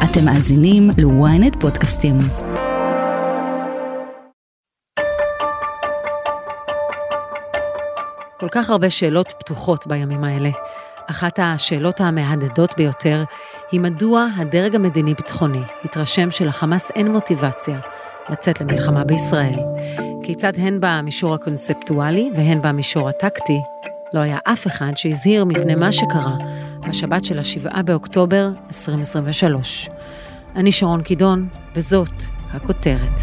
אתם מאזינים ל-ynet פודקאסטים. כל כך הרבה שאלות פתוחות בימים האלה. אחת השאלות המהדהדות ביותר היא מדוע הדרג המדיני-ביטחוני התרשם שלחמאס אין מוטיבציה לצאת למלחמה בישראל. כיצד הן במישור הקונספטואלי והן במישור הטקטי לא היה אף אחד שהזהיר מפני מה שקרה בשבת של 7 באוקטובר 2023. אני שרון קידון, וזאת הכותרת.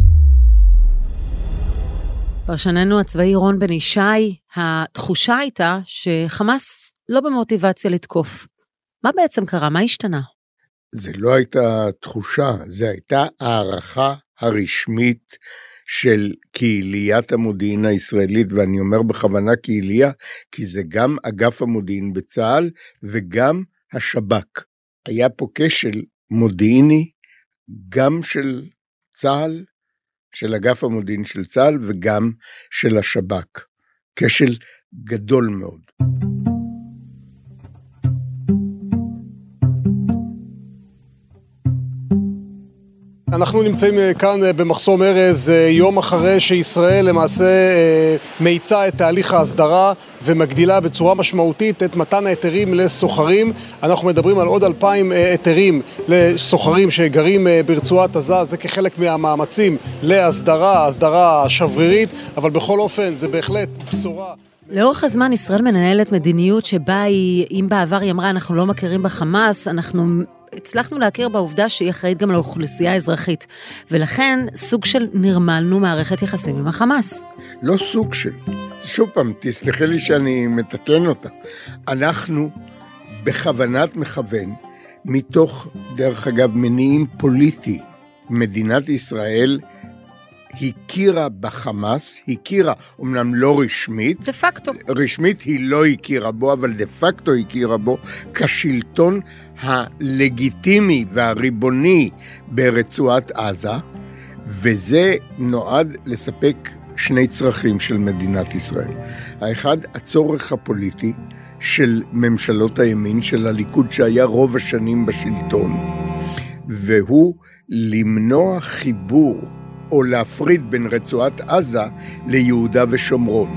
פרשננו הצבאי רון בן ישי, התחושה הייתה שחמאס לא במוטיבציה לתקוף. מה בעצם קרה? מה השתנה? זה לא הייתה תחושה, זה הייתה הערכה הרשמית של קהיליית המודיעין הישראלית, ואני אומר בכוונה קהיליה, כי זה גם אגף המודיעין בצה"ל וגם השב"כ. היה פה כשל מודיעיני גם של צה"ל, של אגף המודיעין של צה"ל וגם של השב"כ. כשל גדול מאוד. אנחנו נמצאים כאן במחסום ארז יום אחרי שישראל למעשה מאיצה את תהליך ההסדרה ומגדילה בצורה משמעותית את מתן ההיתרים לסוחרים. אנחנו מדברים על עוד 2,000 היתרים לסוחרים שגרים ברצועת עזה, זה כחלק מהמאמצים להסדרה, הסדרה שברירית, אבל בכל אופן זה בהחלט בשורה. לאורך הזמן ישראל מנהלת מדיניות שבה אם בעבר היא אמרה אנחנו לא מכירים בחמאס, אנחנו הצלחנו להכיר בעובדה שהיא אחראית גם לאוכלוסייה האזרחית, ולכן סוג של נרמלנו מערכת יחסים עם החמאס. לא סוג של, שוב פעם, תסלחי לי שאני מתקן אותה. אנחנו בכוונת מכוון, מתוך דרך אגב מניעים פוליטי, מדינת ישראל הכירה בחמאס, הכירה, אמנם לא רשמית, דה פקטו. רשמית היא לא הכירה בו, אבל דה פקטו הכירה בו כשלטון הלגיטימי והריבוני ברצועת עזה, וזה נועד לספק שני צרכים של מדינת ישראל. האחד, הצורך הפוליטי של ממשלות הימין, של הליכוד שהיה רוב השנים בשלטון, והוא למנוע חיבור או להפריד בין רצועת עזה ליהודה ושומרון.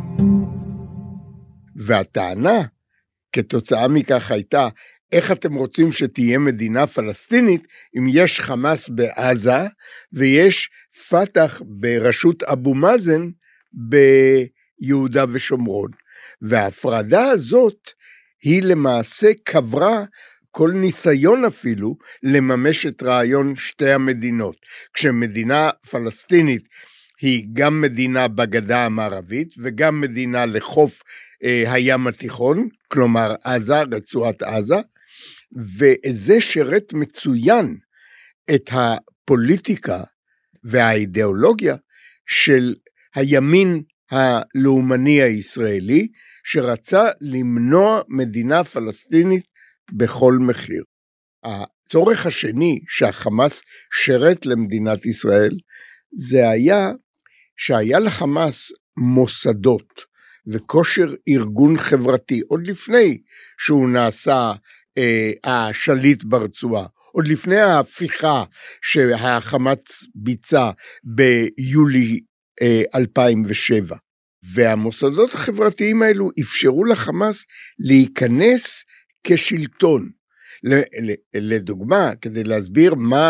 והטענה כתוצאה מכך הייתה, איך אתם רוצים שתהיה מדינה פלסטינית אם יש חמאס בעזה ויש פתח בראשות אבו מאזן ביהודה ושומרון. וההפרדה הזאת היא למעשה קברה כל ניסיון אפילו לממש את רעיון שתי המדינות. כשמדינה פלסטינית היא גם מדינה בגדה המערבית וגם מדינה לחוף הים התיכון, כלומר עזה, רצועת עזה, וזה שרת מצוין את הפוליטיקה והאידיאולוגיה של הימין הלאומני הישראלי, שרצה למנוע מדינה פלסטינית בכל מחיר. הצורך השני שהחמאס שרת למדינת ישראל, זה היה שהיה לחמאס מוסדות וכושר ארגון חברתי, עוד לפני שהוא נעשה השליט ברצועה, עוד לפני ההפיכה שהחמאס ביצע ביולי 2007. והמוסדות החברתיים האלו אפשרו לחמאס להיכנס כשלטון. לדוגמה, כדי להסביר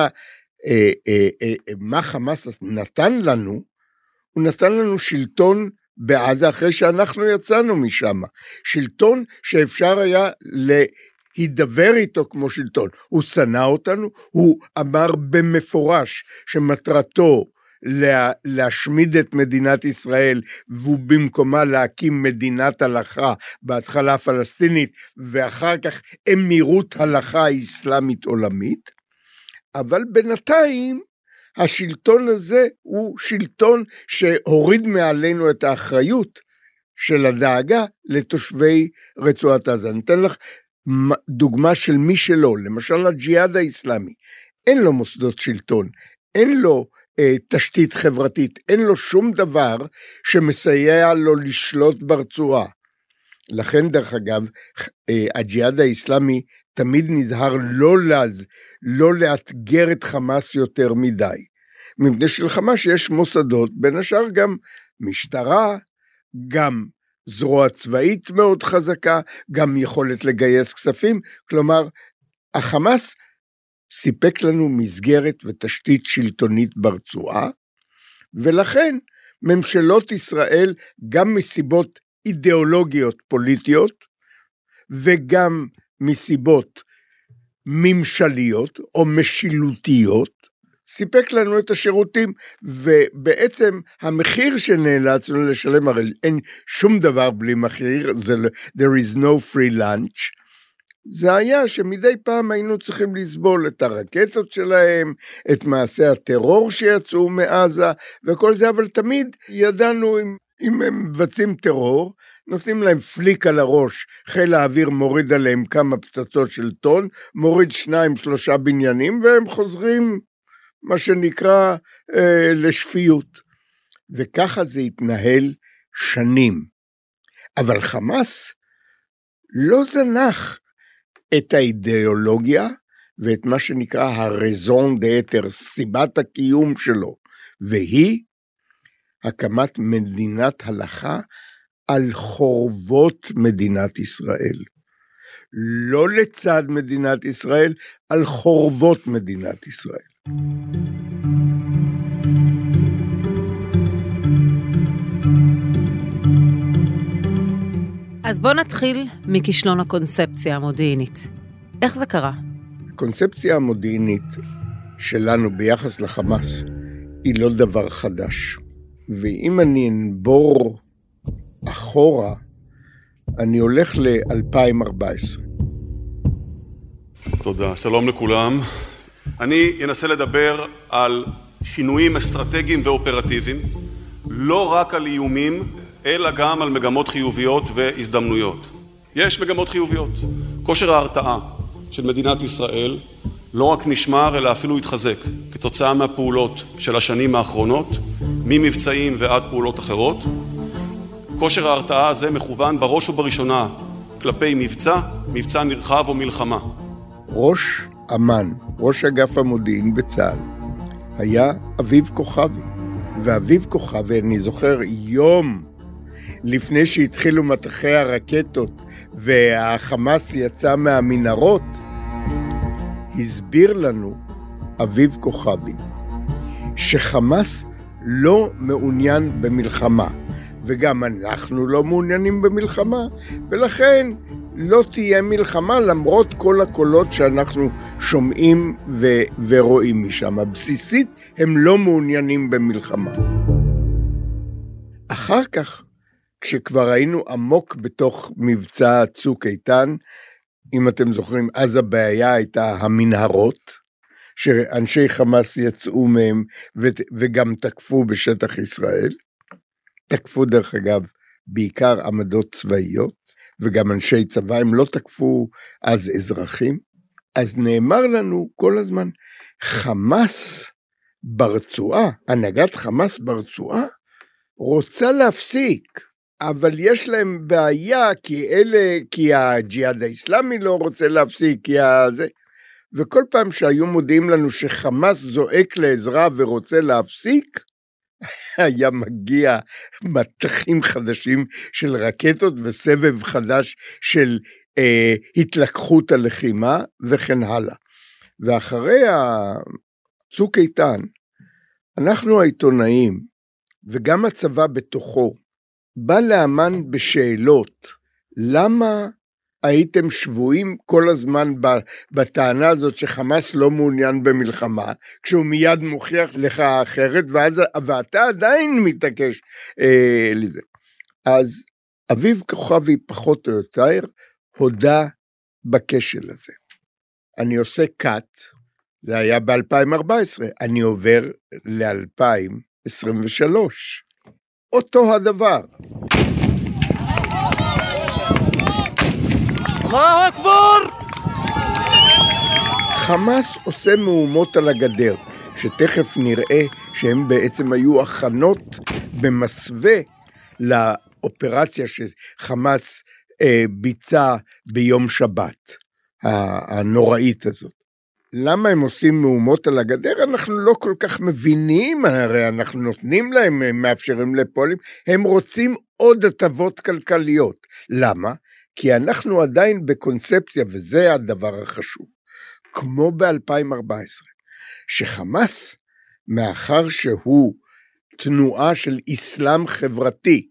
מה חמאס נתן לנו, הוא נתן לנו שלטון בעזה אחרי שאנחנו יצאנו משם. שלטון שאפשר היה להידבר איתו כמו שלטון. הוא שנא אותנו, הוא אמר במפורש שמטרתו להשמיד את מדינת ישראל, והוא במקומה להקים מדינת הלכה, בהתחלה פלסטינית, ואחר כך אמירות הלכה אסלאמית עולמית, אבל בינתיים, השלטון הזה הוא שלטון שהוריד מעלינו את האחריות של הדאגה לתושבי רצועת עזה. אני אתן לך דוגמה של מי שלא, למשל הג'יהאד האסלאמי, אין לו מוסדות שלטון, אין לו תשתית חברתית, אין לו שום דבר שמסייע לו לשלוט ברצועה. לכן דרך אגב, הג'יהאד האסלאמי תמיד נזהר לא לאתגר את חמאס יותר מדי. מפני שלחמאס יש מוסדות, בין השאר גם משטרה, גם זרוע צבאית מאוד חזקה, גם יכולת לגייס כספים, כלומר, החמאס סיפק לנו מסגרת ותשתית שלטונית ברצועה, ולכן ממשלות ישראל, גם מסיבות אידיאולוגיות פוליטיות, וגם מסיבות ממשליות או משילותיות, סיפק לנו את השירותים, ובעצם המחיר שנאלצנו לשלם, הרי אין שום דבר בלי מחיר, there is no free lunch, זה היה שמדי פעם היינו צריכים לסבול את הרקטות שלהם, את מעשי הטרור שיצאו מעזה, וכל זה, אבל תמיד ידענו אם הם מבצעים טרור, נותנים להם פליק על הראש, חיל האוויר מוריד עליהם כמה פצצות של טון, מוריד 2-3 בניינים, והם חוזרים, מה שנקרא, לשפיות. וככה זה התנהל שנים. אבל חמאס לא זנח את האידיאולוגיה, ואת מה שנקרא הרזון דאטר, סיבת הקיום שלו, והיא הקמת מדינת הלכה על חורבות מדינת ישראל. לא לצד מדינת ישראל, על חורבות מדינת ישראל. אז בוא נתחיל מכישלון הקונספציה המודיעינית. איך זה קרה? הקונספציה המודיעינית שלנו ביחס לחמאס היא לא דבר חדש. ואם אני אנבור אחורה, אני הולך ל-2014. תודה, שלום לכולם. אני אנסה לדבר על שינויים אסטרטגיים ואופרטיביים, לא רק על איומים, אלא גם על מגמות חיוביות והזדמנויות. יש מגמות חיוביות. כושר ההרתעה של מדינת ישראל לא רק נשמר, אלא אפילו התחזק, כתוצאה מהפעולות של השנים האחרונות, ממבצעים ועד פעולות אחרות. כושר ההרתעה הזה מכוון בראש ובראשונה כלפי מבצע נרחב או מלחמה. ראש אמ"ן, ראש אגף המודיעין בצה"ל, היה אביב כוכבי. ואביב כוכבי, אני זוכר, יום לפני שהתחילו מטחי הרקטות והחמאס יצא מהמנהרות, הסביר לנו אביב כוכבי שחמאס לא מעוניין במלחמה, וגם אנחנו לא מעוניינים במלחמה, ולכן לא תהיה מלחמה למרות כל הקולות שאנחנו שומעים ורואים משם. בסיסית הם לא מעוניינים במלחמה. אחר כך, כשכבר היינו עמוק בתוך מבצע צוק איתן, אם אתם זוכרים, אז הבעיה הייתה המנהרות, שאנשי חמאס יצאו מהם וגם תקפו בשטח ישראל. תקפו דרך אגב בעיקר עמדות צבאיות, וגם אנשי צבא, הם לא תקפו אז אזרחים. אז נאמר לנו כל הזמן, חמאס ברצועה, הנהגת חמאס ברצועה, רוצה להפסיק, אבל יש להם בעיה, כי הג'יהאד האסלאמי לא רוצה להפסיק, וכל פעם שהיו מודיעים לנו שחמאס זועק לעזרה ורוצה להפסיק, היה מגיע מטחים חדשים של רקטות וסבב חדש של התלקחות הלחימה וכן הלאה. ואחרי צוק איתן, אנחנו העיתונאים וגם הצבא בתוכו, בא לאמן בשאלות, למה הייתם שבויים כל הזמן בטענה הזאת שחמאס לא מעוניין במלחמה, כשהוא מיד מוכיח לך אחרת, ואתה עדיין מתעקש לזה. אז אביב כוכבי פחות או יותר הודה בכשל הזה. אני עושה קאט, זה היה ב-2014, אני עובר ל-2023. אותו הדבר. אללהו אכבר! חמאס עושה מהומות על הגדר, שתכף נראה שהם בעצם היו הכנות במסווה לאופרציה שחמאס ביצע ביום שבת. הנוראית הזאת. למה הם עושים מהומות על הגדר? אנחנו לא כל כך מבינים, הרי אנחנו נותנים להם, הם מאפשרים לפועלים, הם רוצים עוד הטבות כלכליות. למה? כי אנחנו עדיין בקונספציה, וזה הדבר החשוב, כמו ב-2014, שחמאס, מאחר שהוא תנועה של אסלאם חברתי,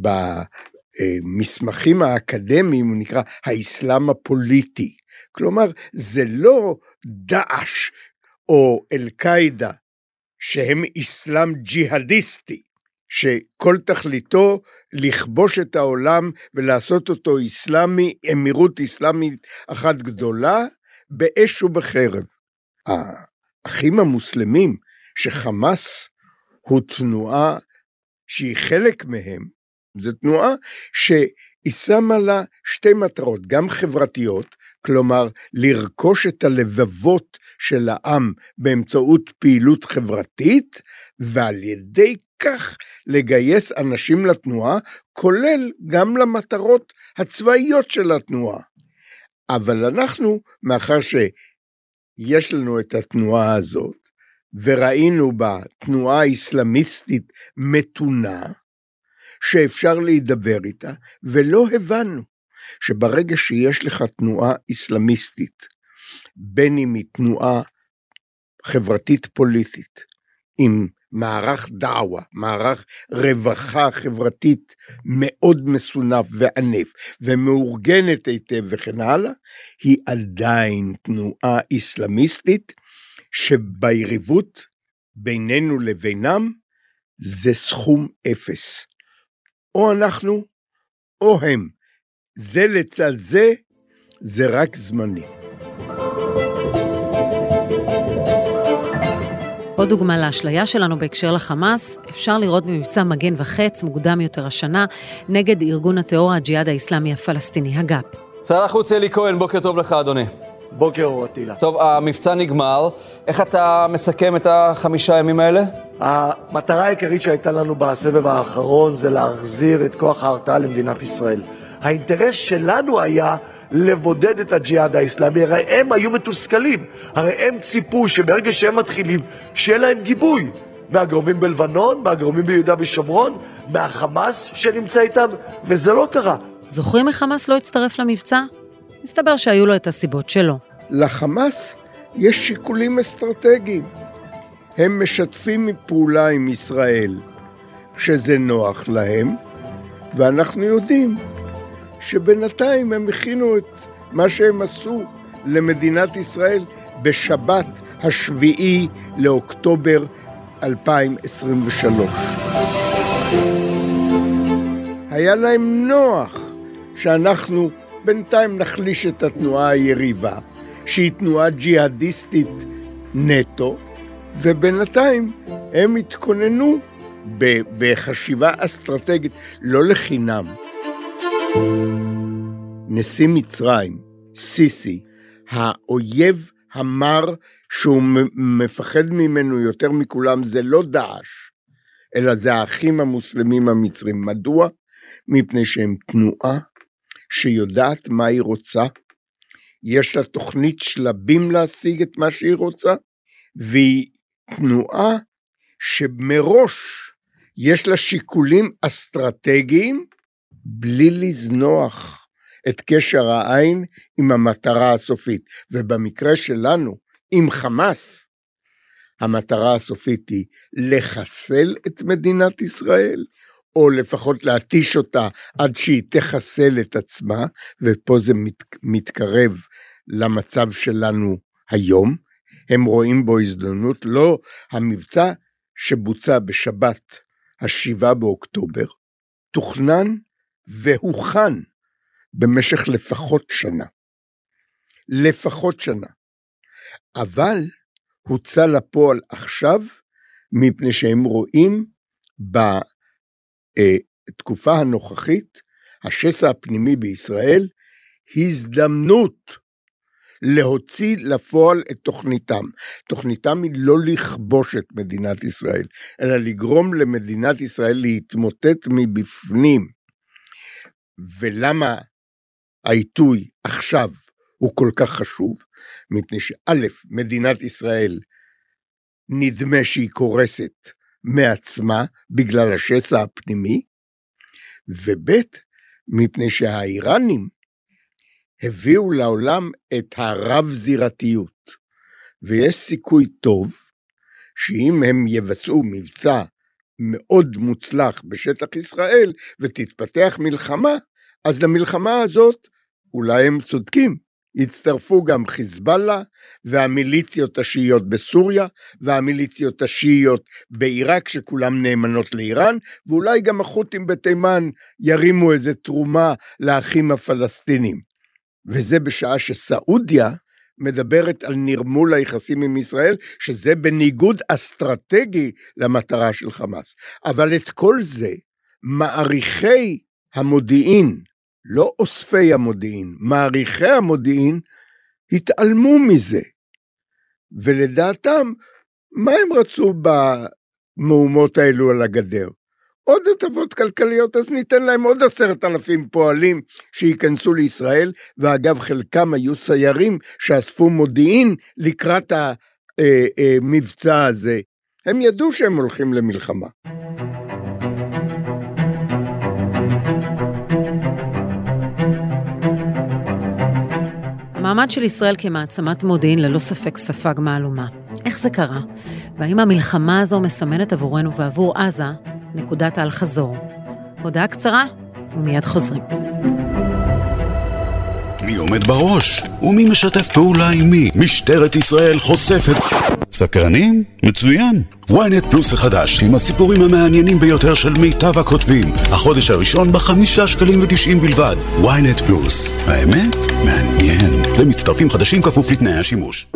במסמכים האקדמיים הוא נקרא האסלאם הפוליטי, כלומר זה לא דאעש או אל-קאידה, שהם אסלאם ג'יהדיסטי, שכל תכליתו לכבוש את העולם ולעשות אותו אסלאמי, אמירות אסלאמית אחת גדולה, באש ובחרב. האחים המוסלמים, שחמאס הוא תנועה שהיא חלק מהם, זו תנועה שהיא שמה לה שתי מטרות, גם חברתיות, כלומר לרכוש את הלבבות של העם באמצעות פעילות חברתית, ועל ידי כך לגייס אנשים לתנועה, כולל גם למטרות הצבאיות של התנועה. אבל אנחנו, מאחר שיש לנו את התנועה הזאת, וראינו בתנועה האסלאמיסטית מתונה, שאפשר להידבר איתה, ולא הבנו שברגע שיש לך תנועה אסלאמיסטית, בין אם היא תנועה חברתית פוליטית, עם מערך דעווה, מערך רווחה חברתית מאוד מסונף וענף, ומאורגנת היטב וכן הלאה, היא עדיין תנועה אסלאמיסטית, שביריבות בינינו לבינם, זה סכום אפס. או אנחנו, או הם. זה לצד זה, זה רק זמני. עוד דוגמה לאשליה שלנו בהקשר לחמאס, אפשר לראות במבצע מגן וחץ מוקדם יותר השנה, נגד ארגון הטרור הג'יהאד האסלאמי הפלסטיני, הגאפ. שר החוץ אלי כהן, בוקר טוב לך אדוני. בוקר אור עטילה. טוב, המבצע נגמר, איך אתה מסכם את 5 הימים האלה? המטרה העיקרית שהייתה לנו בסבב האחרון זה להחזיר את כוח ההרתעה למדינת ישראל. האינטרס שלנו היה לבודד את הג'יהאד האסלאמי, הרי הם היו מתוסכלים, הרי הם ציפו שברגע שהם מתחילים, שיהיה להם גיבוי מהגורמים בלבנון, מהגורמים ביהודה ושומרון, מהחמאס שנמצא איתם, וזה לא קרה. זוכרים איך חמאס לא הצטרף למבצע? מסתבר שהיו לו את הסיבות שלו. לחמאס יש שיקולים אסטרטגיים. הם משתפים פעולה עם ישראל, שזה נוח להם, ואנחנו יודעים שבינתיים הם הכינו את מה שהם עשו למדינת ישראל בשבת 7 לאוקטובר 2023. היה להם נוח שאנחנו בינתיים נחליש את התנועה היריבה, שהיא תנועה ג'יהדיסטית נטו, ובינתיים הם התכוננו בחשיבה אסטרטגית, לא לחינם. נשיא מצרים, סיסי, האויב המר שהוא מפחד ממנו יותר מכולם, זה לא דאעש, אלא זה האחים המוסלמים המצרים. מדוע? מפני שהם תנועה שיודעת מה היא רוצה, יש לה תוכנית שלבים להשיג את מה שהיא רוצה, והיא תנועה שמראש יש לה שיקולים אסטרטגיים, בלי לזנוח את קשר העין עם המטרה הסופית. ובמקרה שלנו, עם חמאס, המטרה הסופית היא לחסל את מדינת ישראל, או לפחות להתיש אותה עד שהיא תחסל את עצמה, ופה זה מתקרב למצב שלנו היום. הם רואים בו הזדמנות, לא המבצע שבוצע בשבת 7 באוקטובר, תוכנן והוכן במשך לפחות שנה. לפחות שנה. אבל הוצא לפועל עכשיו, מפני שהם רואים בתקופה הנוכחית, השסע הפנימי בישראל, הזדמנות להוציא לפועל את תוכניתם. תוכניתם היא לא לכבוש את מדינת ישראל, אלא לגרום למדינת ישראל להתמוטט מבפנים. ולמה העיתוי עכשיו הוא כל כך חשוב, מפני שא', מדינת ישראל נדמה שהיא קורסת מעצמה בגלל השסע הפנימי, וב', מפני שהאיראנים הביאו לעולם את הרב זירתיות, ויש סיכוי טוב שאם הם יבצעו מבצע מאוד מוצלח בשטח ישראל ותתפתח מלחמה, אז למלחמה הזאת אולי הם צודקים, יצטרפו גם חיזבאללה והמיליציות השיעיות בסוריה והמיליציות השיעיות בעיראק שכולם נאמנות לאיראן, ואולי גם החות'ים בתימן ירימו איזה תרומה לאחים הפלסטינים. וזה בשעה שסעודיה מדברת על נרמול היחסים עם ישראל, שזה בניגוד אסטרטגי למטרה של חמאס. אבל את כל זה מעריכי המודיעין, לא אוספי המודיעין, מעריכי המודיעין התעלמו מזה. ולדעתם, מה הם רצו במהומות האלו על הגדר? עוד הטבות כלכליות, אז ניתן להם עוד 10,000 פועלים שיכנסו לישראל, ואגב חלקם היו סיירים שאספו מודיעין לקראת המבצע הזה. הם ידעו שהם הולכים למלחמה. המעמד של ישראל כמעצמת מודיעין ללא ספק ספג מהלומה. איך זה קרה? והאם המלחמה הזו מסמנת עבורנו ועבור עזה נקודת על חזור? הודעה קצרה ומיד חוזרים. מי עומד בראש? ומי משתף פעולה עם מי? משטרת ישראל חושפת. סקרנים? מצוין. ynet פלוס החדש עם הסיפורים המעניינים ביותר של מיטב הכותבים. החודש הראשון ב$5.90 בלבד. ynet פלוס. האמת? מעניין. למצטרפים חדשים כפוף לתנאי השימוש.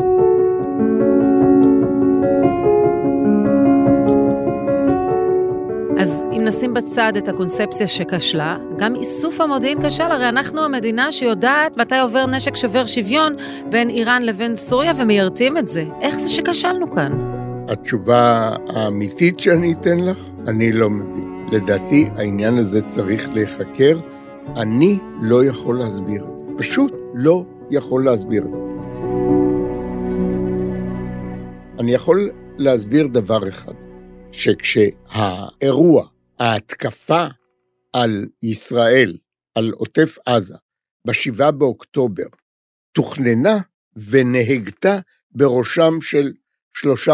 אז אם נשים בצד את הקונספציה שכשלה, גם איסוף המודיעין כשל, הרי אנחנו המדינה שיודעת מתי עובר נשק שובר שוויון בין איראן לבין סוריה ומיירתים את זה. איך זה שכשלנו כאן? התשובה האמיתית שאני אתן לך, אני לא מבין. לדעתי העניין הזה צריך להיחקר, אני לא יכול להסביר את זה. פשוט לא יכול להסביר את זה. אני יכול להסביר דבר אחד. שכשהאירוע, ההתקפה על ישראל, על עוטף עזה, ב7 באוקטובר, תוכננה ונהגתה בראשם של 3-4.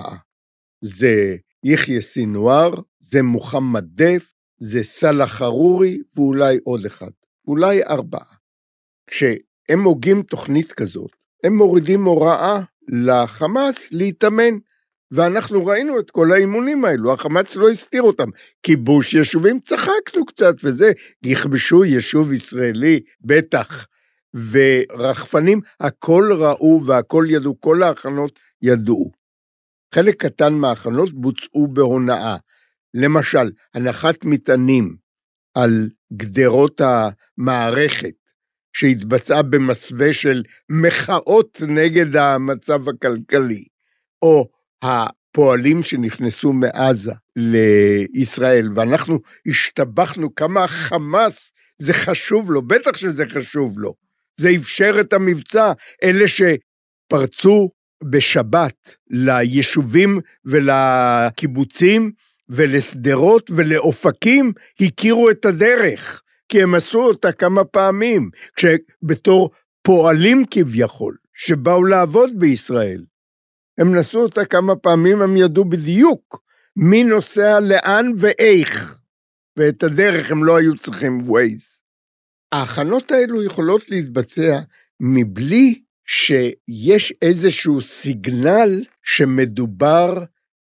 זה יחיא סינואר, זה מוחמד דף, זה סלאח חרורי, ואולי עוד אחד, אולי 4. כשהם הוגים תוכנית כזאת, הם מורידים הוראה לחמאס להתאמן, ואנחנו ראינו את כל האימונים האלו, החמאס לא הסתיר אותם, כיבוש יישובים, צחקנו קצת וזה, יכבשו יישוב ישראלי, בטח, ורחפנים, הכל ראו והכל ידעו, כל ההכנות ידעו. חלק קטן מההכנות בוצעו בהונאה, למשל, הנחת מטענים על גדרות המערכת, שהתבצעה במסווה של מחאות נגד המצב הכלכלי, או הפועלים שנכנסו מעזה לישראל, ואנחנו השתבחנו כמה החמאס זה חשוב לו, בטח שזה חשוב לו, זה אפשר את המבצע, אלה שפרצו בשבת ליישובים ולקיבוצים ולסדרות ולאופקים, הכירו את הדרך, כי הם עשו אותה כמה פעמים, כשבתור פועלים כביכול, שבאו לעבוד בישראל, הם נסו אותה כמה פעמים, הם ידעו בדיוק מי נוסע לאן ואיך, ואת הדרך הם לא היו צריכים ווייז. ההכנות האלו יכולות להתבצע מבלי שיש איזשהו סיגנל שמדובר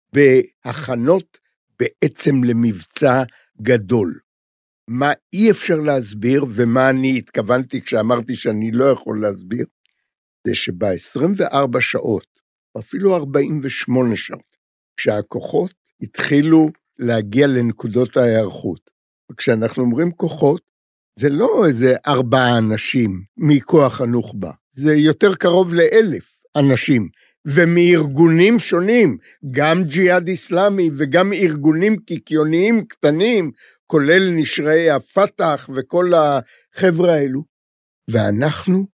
בהכנות בעצם למבצע גדול. מה אי אפשר להסביר, ומה אני התכוונתי כשאמרתי שאני לא יכול להסביר, זה שב-24 שעות, אפילו 48 שעות, כשהכוחות התחילו להגיע לנקודות ההיערכות. וכשאנחנו אומרים כוחות, זה לא איזה 4 אנשים מכוח הנוח'בה, זה יותר קרוב ל1,000 אנשים, ומארגונים שונים, גם ג'יהאד איסלאמי וגם ארגונים קיקיוניים קטנים, כולל נשרי הפתח וכל החבר'ה האלו, ואנחנו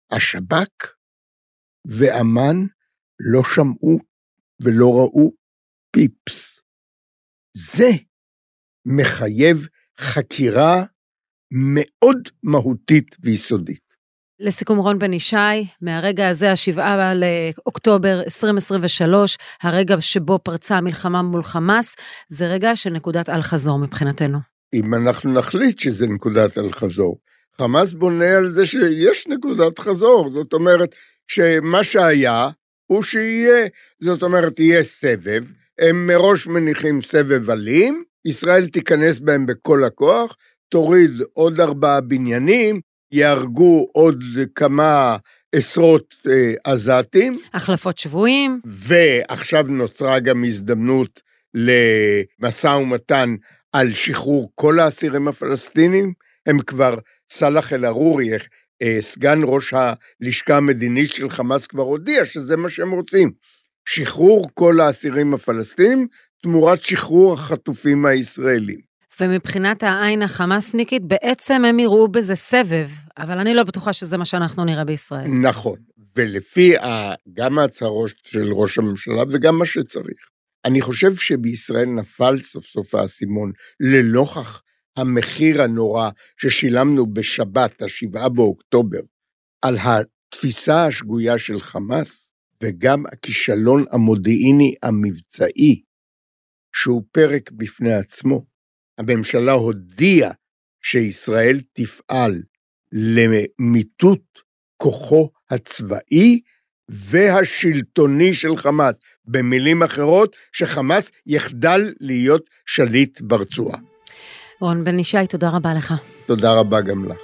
השב"כ ואמן לא שמעו ולא ראו פיפס. זה מחייב חקירה מאוד מהותית ויסודית. לסיכום, רון בן ישי, מהרגע הזה, 7 לאוקטובר 2023, הרגע שבו פרצה המלחמה מול חמאס, זה רגע של נקודת אל חזור מבחינתנו. אם אנחנו נחליט שזה נקודת אל חזור, חמאס בונה על זה שיש נקודת חזור, זאת אומרת שמה שהיה הוא שיהיה, זאת אומרת יהיה סבב, הם מראש מניחים סבב אלים, ישראל תיכנס בהם בכל הכוח, תוריד עוד 4 בניינים, יהרגו עוד כמה עשרות עזתים. החלפות שבויים. ועכשיו נוצרה גם הזדמנות למשא ומתן על שחרור כל האסירים הפלסטינים. הם כבר, סלאח אל-ערורי, סגן ראש הלשכה המדינית של חמאס, כבר הודיע שזה מה שהם רוצים. שחרור כל האסירים הפלסטינים, תמורת שחרור החטופים הישראלים. ומבחינת העין החמאסניקית, בעצם הם יראו בזה סבב, אבל אני לא בטוחה שזה מה שאנחנו נראה בישראל. נכון, ולפי גם ההצהרות של ראש הממשלה וגם מה שצריך. אני חושב שבישראל נפל סוף סוף האסימון, לנוכח המחיר הנורא ששילמנו בשבת, 7 באוקטובר, על התפיסה השגויה של חמאס, וגם הכישלון המודיעיני המבצעי, שהוא פרק בפני עצמו. הממשלה הודיעה שישראל תפעל למיטוט כוחו הצבאי והשלטוני של חמאס. במילים אחרות, שחמאס יחדל להיות שליט ברצועה. רון בן ישי, תודה רבה לך. תודה רבה גם לך.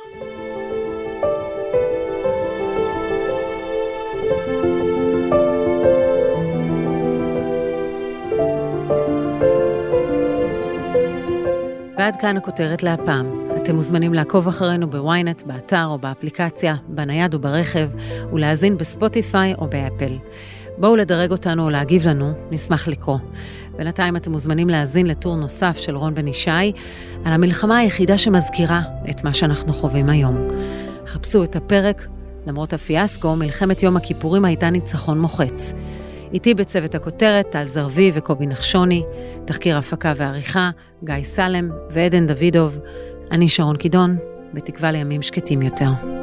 ועד כאן הכותרת להפעם. אתם מוזמנים לעקוב אחרינו בוויינט, באתר או באפליקציה, בנייד או ברכב, ולהאזין בספוטיפיי או באפל. בואו לדרג אותנו או להגיב לנו, נשמח לקרוא. בינתיים אתם מוזמנים להאזין לטור נוסף של רון בן ישי, על המלחמה היחידה שמזכירה את מה שאנחנו חווים היום. חפשו את הפרק, למרות הפיאסקו, מלחמת יום הכיפורים הייתה ניצחון מוחץ. איתי בצוות הכותרת, טל זרבי וקובי נחשוני, תחקיר הפקה ועריכה, גיא סלם ועדן דוידוב. אני שרון קידון, בתקווה לימים שקטים יותר.